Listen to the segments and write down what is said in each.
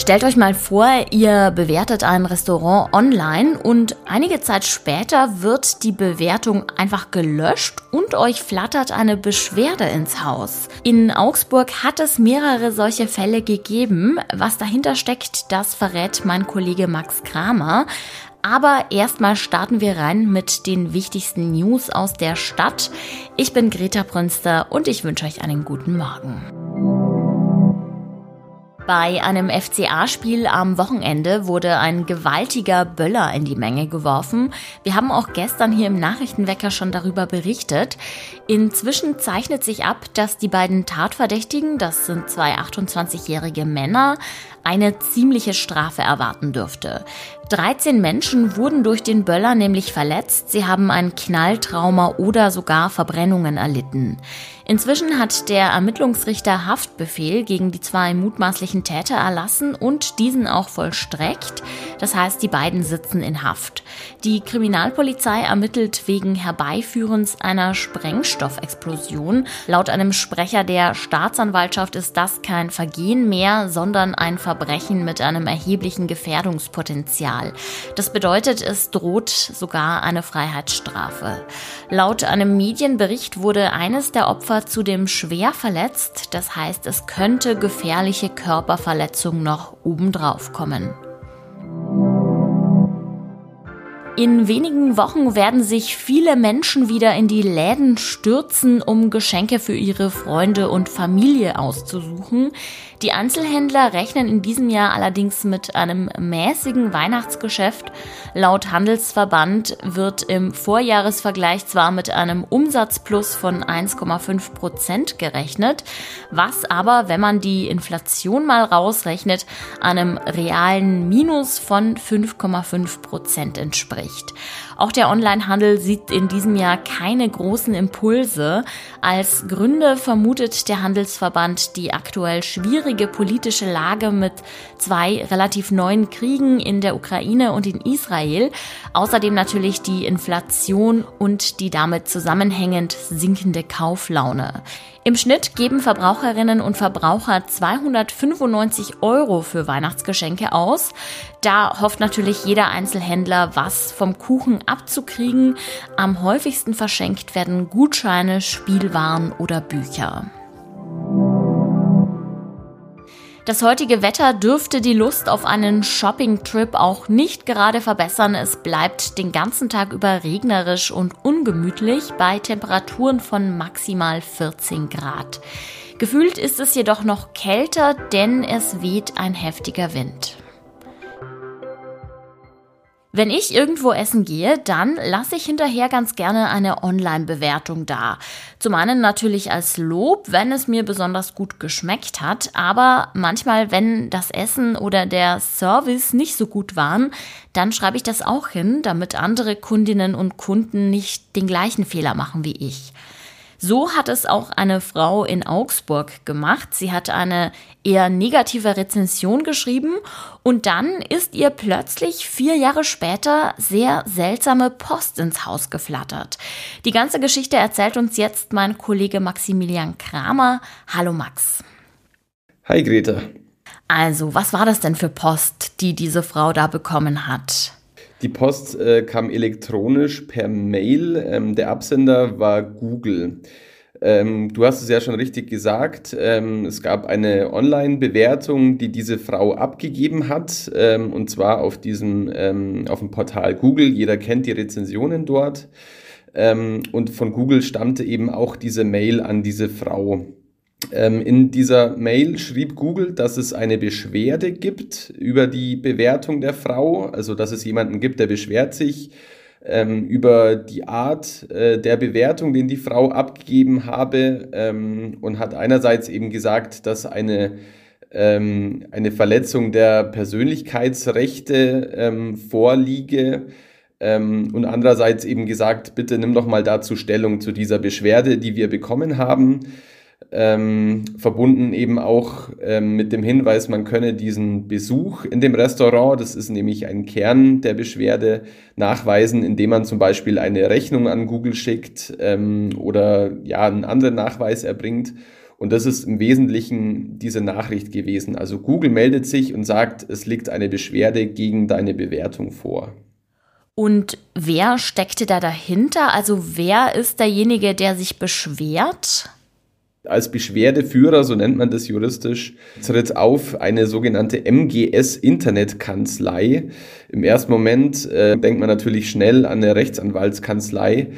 Stellt euch mal vor, ihr bewertet ein Restaurant online und einige Zeit später wird die Bewertung einfach gelöscht und euch flattert eine Beschwerde ins Haus. In Augsburg hat es mehrere solche Fälle gegeben. Was dahinter steckt, das verrät mein Kollege Max Kramer. Aber erstmal starten wir rein mit den wichtigsten News aus der Stadt. Ich bin Greta Brünster und ich wünsche euch einen guten Morgen. Bei einem FCA-Spiel am Wochenende wurde ein gewaltiger Böller in die Menge geworfen. Wir haben auch gestern hier im Nachrichtenwecker schon darüber berichtet. Inzwischen zeichnet sich ab, dass die beiden Tatverdächtigen, das sind zwei 28-jährige Männer, eine ziemliche Strafe erwarten dürfte. 13 Menschen wurden durch den Böller nämlich verletzt. Sie haben ein Knalltrauma oder sogar Verbrennungen erlitten. Inzwischen hat der Ermittlungsrichter Haftbefehl gegen die zwei mutmaßlichen Täter erlassen und diesen auch vollstreckt. Das heißt, die beiden sitzen in Haft. Die Kriminalpolizei ermittelt wegen Herbeiführens einer Sprengstoffexplosion. Laut einem Sprecher der Staatsanwaltschaft ist das kein Vergehen mehr, sondern ein Verbrechen mit einem erheblichen Gefährdungspotenzial. Das bedeutet, es droht sogar eine Freiheitsstrafe. Laut einem Medienbericht wurde eines der Opfer zudem schwer verletzt. Das heißt, es könnte gefährliche Körperverletzung noch obendrauf kommen. In wenigen Wochen werden sich viele Menschen wieder in die Läden stürzen, um Geschenke für ihre Freunde und Familie auszusuchen. Die Einzelhändler rechnen in diesem Jahr allerdings mit einem mäßigen Weihnachtsgeschäft. Laut Handelsverband wird im Vorjahresvergleich zwar mit einem Umsatzplus von 1,5% gerechnet, was aber, wenn man die Inflation mal rausrechnet, einem realen Minus von 5,5% entspricht. Auch der Onlinehandel sieht in diesem Jahr keine großen Impulse. Als Gründe vermutet der Handelsverband die aktuell schwierige politische Lage mit zwei relativ neuen Kriegen in der Ukraine und in Israel. Außerdem natürlich die Inflation und die damit zusammenhängend sinkende Kauflaune. Im Schnitt geben Verbraucherinnen und Verbraucher 295 € für Weihnachtsgeschenke aus. Da hofft natürlich jeder Einzelhändler, was vom Kuchen abzukriegen. Am häufigsten verschenkt werden Gutscheine, Spielwaren oder Bücher. Das heutige Wetter dürfte die Lust auf einen Shopping-Trip auch nicht gerade verbessern. Es bleibt den ganzen Tag über regnerisch und ungemütlich bei Temperaturen von maximal 14 Grad. Gefühlt ist es jedoch noch kälter, denn es weht ein heftiger Wind. Wenn ich irgendwo essen gehe, dann lasse ich hinterher ganz gerne eine Online-Bewertung da. Zum einen natürlich als Lob, wenn es mir besonders gut geschmeckt hat, aber manchmal, wenn das Essen oder der Service nicht so gut waren, dann schreibe ich das auch hin, damit andere Kundinnen und Kunden nicht den gleichen Fehler machen wie ich. So hat es auch eine Frau in Augsburg gemacht. Sie hat eine eher negative Rezension geschrieben und dann ist ihr plötzlich 4 Jahre später sehr seltsame Post ins Haus geflattert. Die ganze Geschichte erzählt uns jetzt mein Kollege Maximilian Kramer. Hallo Max. Hi Greta. Also, was war das denn für Post, die diese Frau da bekommen hat? Die Post kam elektronisch per Mail. Der Absender war Google. Du hast es ja schon richtig gesagt. Es gab eine Online-Bewertung, die diese Frau abgegeben hat. Und zwar auf dem Portal Google. Jeder kennt die Rezensionen dort. Und von Google stammte eben auch diese Mail an diese Frau. In dieser Mail schrieb Google, dass es eine Beschwerde gibt über die Bewertung der Frau, also dass es jemanden gibt, der beschwert sich über die Art der Bewertung, den die Frau abgegeben habe, und hat einerseits eben gesagt, dass eine Verletzung der Persönlichkeitsrechte vorliege, und andererseits eben gesagt, bitte nimm doch mal dazu Stellung zu dieser Beschwerde, die wir bekommen haben. Verbunden eben auch mit dem Hinweis, man könne diesen Besuch in dem Restaurant, das ist nämlich ein Kern der Beschwerde, nachweisen, indem man zum Beispiel eine Rechnung an Google schickt oder ja einen anderen Nachweis erbringt. Und das ist im Wesentlichen diese Nachricht gewesen. Also Google meldet sich und sagt, es liegt eine Beschwerde gegen deine Bewertung vor. Und wer steckte da dahinter? Also wer ist derjenige, der sich beschwert? Als Beschwerdeführer, so nennt man das juristisch, tritt auf eine sogenannte MGS-Internetkanzlei. Im ersten Moment denkt man natürlich schnell an eine Rechtsanwaltskanzlei.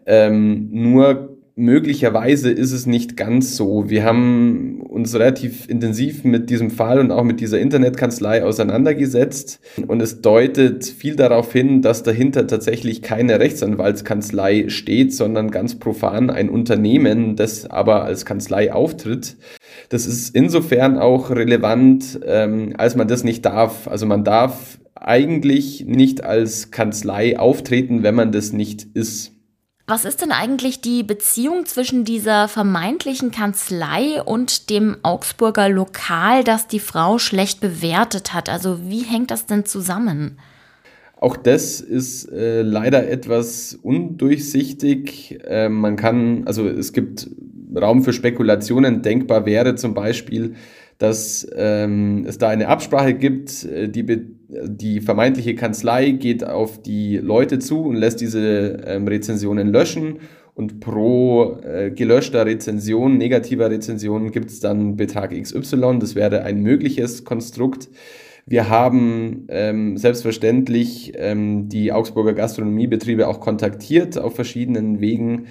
Nur möglicherweise ist es nicht ganz so. Wir haben uns relativ intensiv mit diesem Fall und auch mit dieser Internetkanzlei auseinandergesetzt und es deutet viel darauf hin, dass dahinter tatsächlich keine Rechtsanwaltskanzlei steht, sondern ganz profan ein Unternehmen, das aber als Kanzlei auftritt. Das ist insofern auch relevant, als man das nicht darf. Also man darf eigentlich nicht als Kanzlei auftreten, wenn man das nicht ist. Was ist denn eigentlich die Beziehung zwischen dieser vermeintlichen Kanzlei und dem Augsburger Lokal, das die Frau schlecht bewertet hat? Also wie hängt das denn zusammen? Auch das ist leider etwas undurchsichtig. Es gibt Raum für Spekulationen. Denkbar wäre zum Beispiel, dass es da eine Absprache gibt, die vermeintliche Kanzlei geht auf die Leute zu und lässt diese Rezensionen löschen und pro gelöschter Rezension, negativer Rezension gibt es dann Betrag XY. Das wäre ein mögliches Konstrukt. Wir haben selbstverständlich die Augsburger Gastronomiebetriebe auch kontaktiert auf verschiedenen Wegen,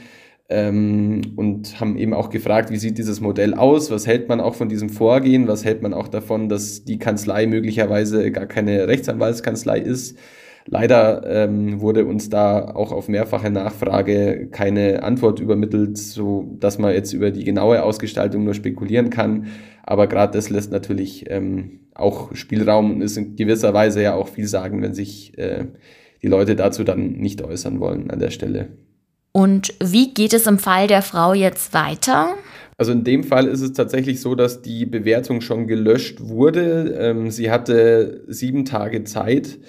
und haben eben auch gefragt, wie sieht dieses Modell aus, was hält man auch von diesem Vorgehen, was hält man auch davon, dass die Kanzlei möglicherweise gar keine Rechtsanwaltskanzlei ist. Leider wurde uns da auch auf mehrfache Nachfrage keine Antwort übermittelt, so dass man jetzt über die genaue Ausgestaltung nur spekulieren kann. Aber gerade das lässt natürlich auch Spielraum und ist in gewisser Weise ja auch viel sagen, wenn sich die Leute dazu dann nicht äußern wollen an der Stelle. Und wie geht es im Fall der Frau jetzt weiter? Also in dem Fall ist es tatsächlich so, dass die Bewertung schon gelöscht wurde. Sie hatte 7 Tage Zeit,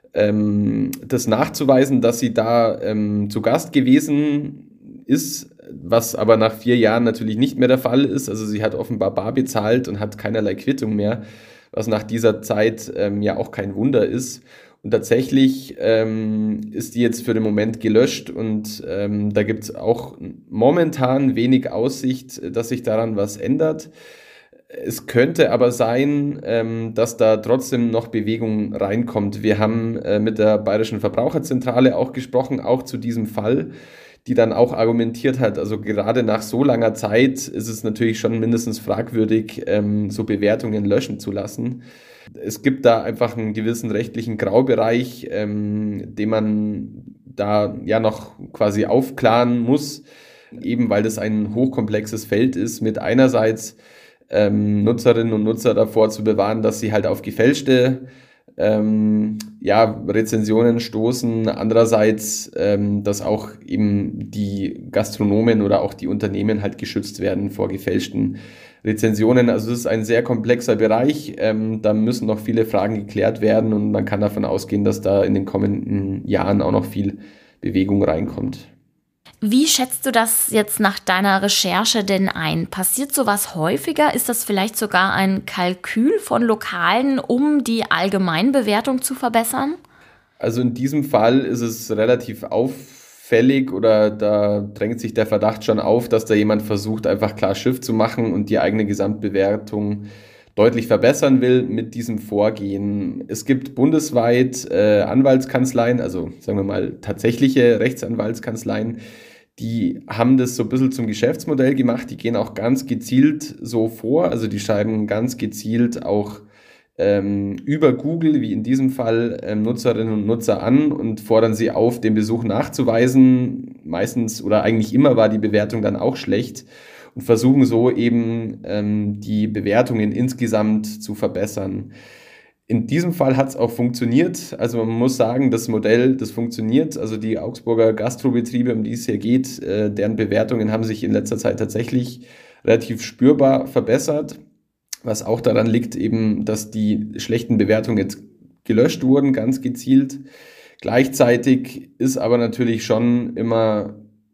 das nachzuweisen, dass sie da zu Gast gewesen ist, was aber nach 4 Jahren natürlich nicht mehr der Fall ist. Also sie hat offenbar bar bezahlt und hat keinerlei Quittung mehr, was nach dieser Zeit ja auch kein Wunder ist. Und tatsächlich ist die jetzt für den Moment gelöscht und da gibt es auch momentan wenig Aussicht, dass sich daran was ändert. Es könnte aber sein, dass da trotzdem noch Bewegung reinkommt. Wir haben mit der Bayerischen Verbraucherzentrale auch gesprochen, auch zu diesem Fall, die dann auch argumentiert hat, also gerade nach so langer Zeit ist es natürlich schon mindestens fragwürdig, so Bewertungen löschen zu lassen. Es gibt da einfach einen gewissen rechtlichen Graubereich, den man da ja noch quasi aufklären muss, eben weil das ein hochkomplexes Feld ist, mit einerseits Nutzerinnen und Nutzer davor zu bewahren, dass sie halt auf gefälschte Rezensionen stoßen, andererseits, dass auch eben die Gastronomen oder auch die Unternehmen halt geschützt werden vor gefälschten Rezensionen. Also es ist ein sehr komplexer Bereich, da müssen noch viele Fragen geklärt werden und man kann davon ausgehen, dass da in den kommenden Jahren auch noch viel Bewegung reinkommt. Wie schätzt du das jetzt nach deiner Recherche denn ein? Passiert sowas häufiger? Ist das vielleicht sogar ein Kalkül von Lokalen, um die Allgemeinbewertung zu verbessern? Also in diesem Fall ist es relativ auffällig oder da drängt sich der Verdacht schon auf, dass da jemand versucht, einfach klar Schiff zu machen und die eigene Gesamtbewertung deutlich verbessern will mit diesem Vorgehen. Es gibt bundesweit Anwaltskanzleien, also sagen wir mal tatsächliche Rechtsanwaltskanzleien, die haben das so ein bisschen zum Geschäftsmodell gemacht, die gehen auch ganz gezielt so vor, also die schreiben ganz gezielt auch über Google, wie in diesem Fall, Nutzerinnen und Nutzer an und fordern sie auf, den Besuch nachzuweisen. Meistens oder eigentlich immer war die Bewertung dann auch schlecht und versuchen so eben die Bewertungen insgesamt zu verbessern. In diesem Fall hat es auch funktioniert. Also man muss sagen, das Modell, das funktioniert. Also die Augsburger Gastrobetriebe, um die es hier geht, deren Bewertungen haben sich in letzter Zeit tatsächlich relativ spürbar verbessert. Was auch daran liegt eben, dass die schlechten Bewertungen jetzt gelöscht wurden, ganz gezielt. Gleichzeitig ist aber natürlich schon immer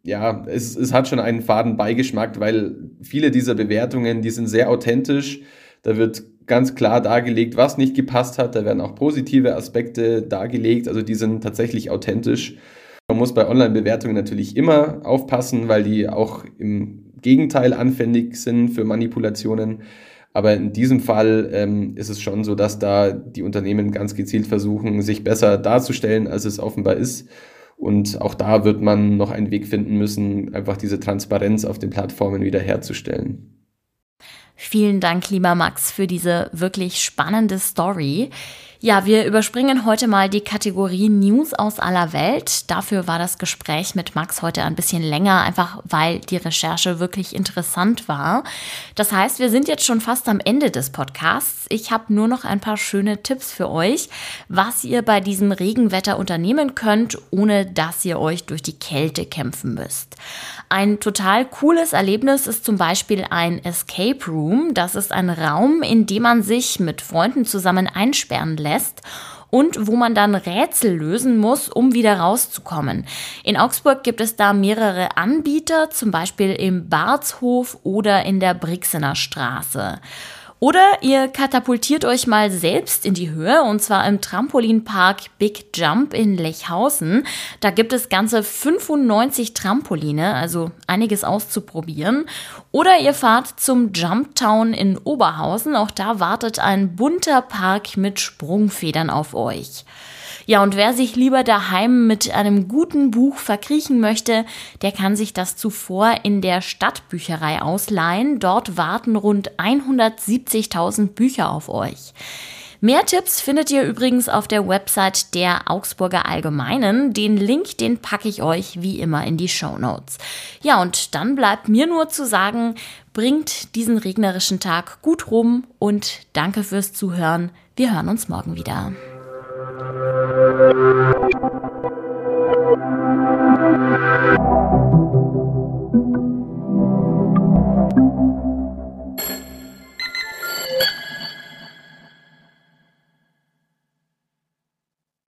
ja, es hat schon einen faden Beigeschmack, weil viele dieser Bewertungen, die sind sehr authentisch. Da wird ganz klar dargelegt, was nicht gepasst hat. Da werden auch positive Aspekte dargelegt. Also die sind tatsächlich authentisch. Man muss bei Online-Bewertungen natürlich immer aufpassen, weil die auch im Gegenteil anfällig sind für Manipulationen. Aber in diesem Fall ist es schon so, dass da die Unternehmen ganz gezielt versuchen, sich besser darzustellen, als es offenbar ist. Und auch da wird man noch einen Weg finden müssen, einfach diese Transparenz auf den Plattformen wiederherzustellen. Vielen Dank, lieber Max, für diese wirklich spannende Story. Ja, wir überspringen heute mal die Kategorie News aus aller Welt. Dafür war das Gespräch mit Max heute ein bisschen länger, einfach weil die Recherche wirklich interessant war. Das heißt, wir sind jetzt schon fast am Ende des Podcasts. Ich habe nur noch ein paar schöne Tipps für euch, was ihr bei diesem Regenwetter unternehmen könnt, ohne dass ihr euch durch die Kälte kämpfen müsst. Ein total cooles Erlebnis ist zum Beispiel ein Escape Room. Das ist ein Raum, in dem man sich mit Freunden zusammen einsperren lässt und wo man dann Rätsel lösen muss, um wieder rauszukommen. In Augsburg gibt es da mehrere Anbieter, zum Beispiel im Barzhof oder in der Brixener Straße. Oder ihr katapultiert euch mal selbst in die Höhe, und zwar im Trampolinpark Big Jump in Lechhausen. Da gibt es ganze 95 Trampoline, also einiges auszuprobieren. Oder ihr fahrt zum Jump Town in Oberhausen. Auch da wartet ein bunter Park mit Sprungfedern auf euch. Ja, und wer sich lieber daheim mit einem guten Buch verkriechen möchte, der kann sich das zuvor in der Stadtbücherei ausleihen. Dort warten rund 170.000 Bücher auf euch. Mehr Tipps findet ihr übrigens auf der Website der Augsburger Allgemeinen. Den Link, den packe ich euch wie immer in die Shownotes. Ja, und dann bleibt mir nur zu sagen, bringt diesen regnerischen Tag gut rum und danke fürs Zuhören. Wir hören uns morgen wieder.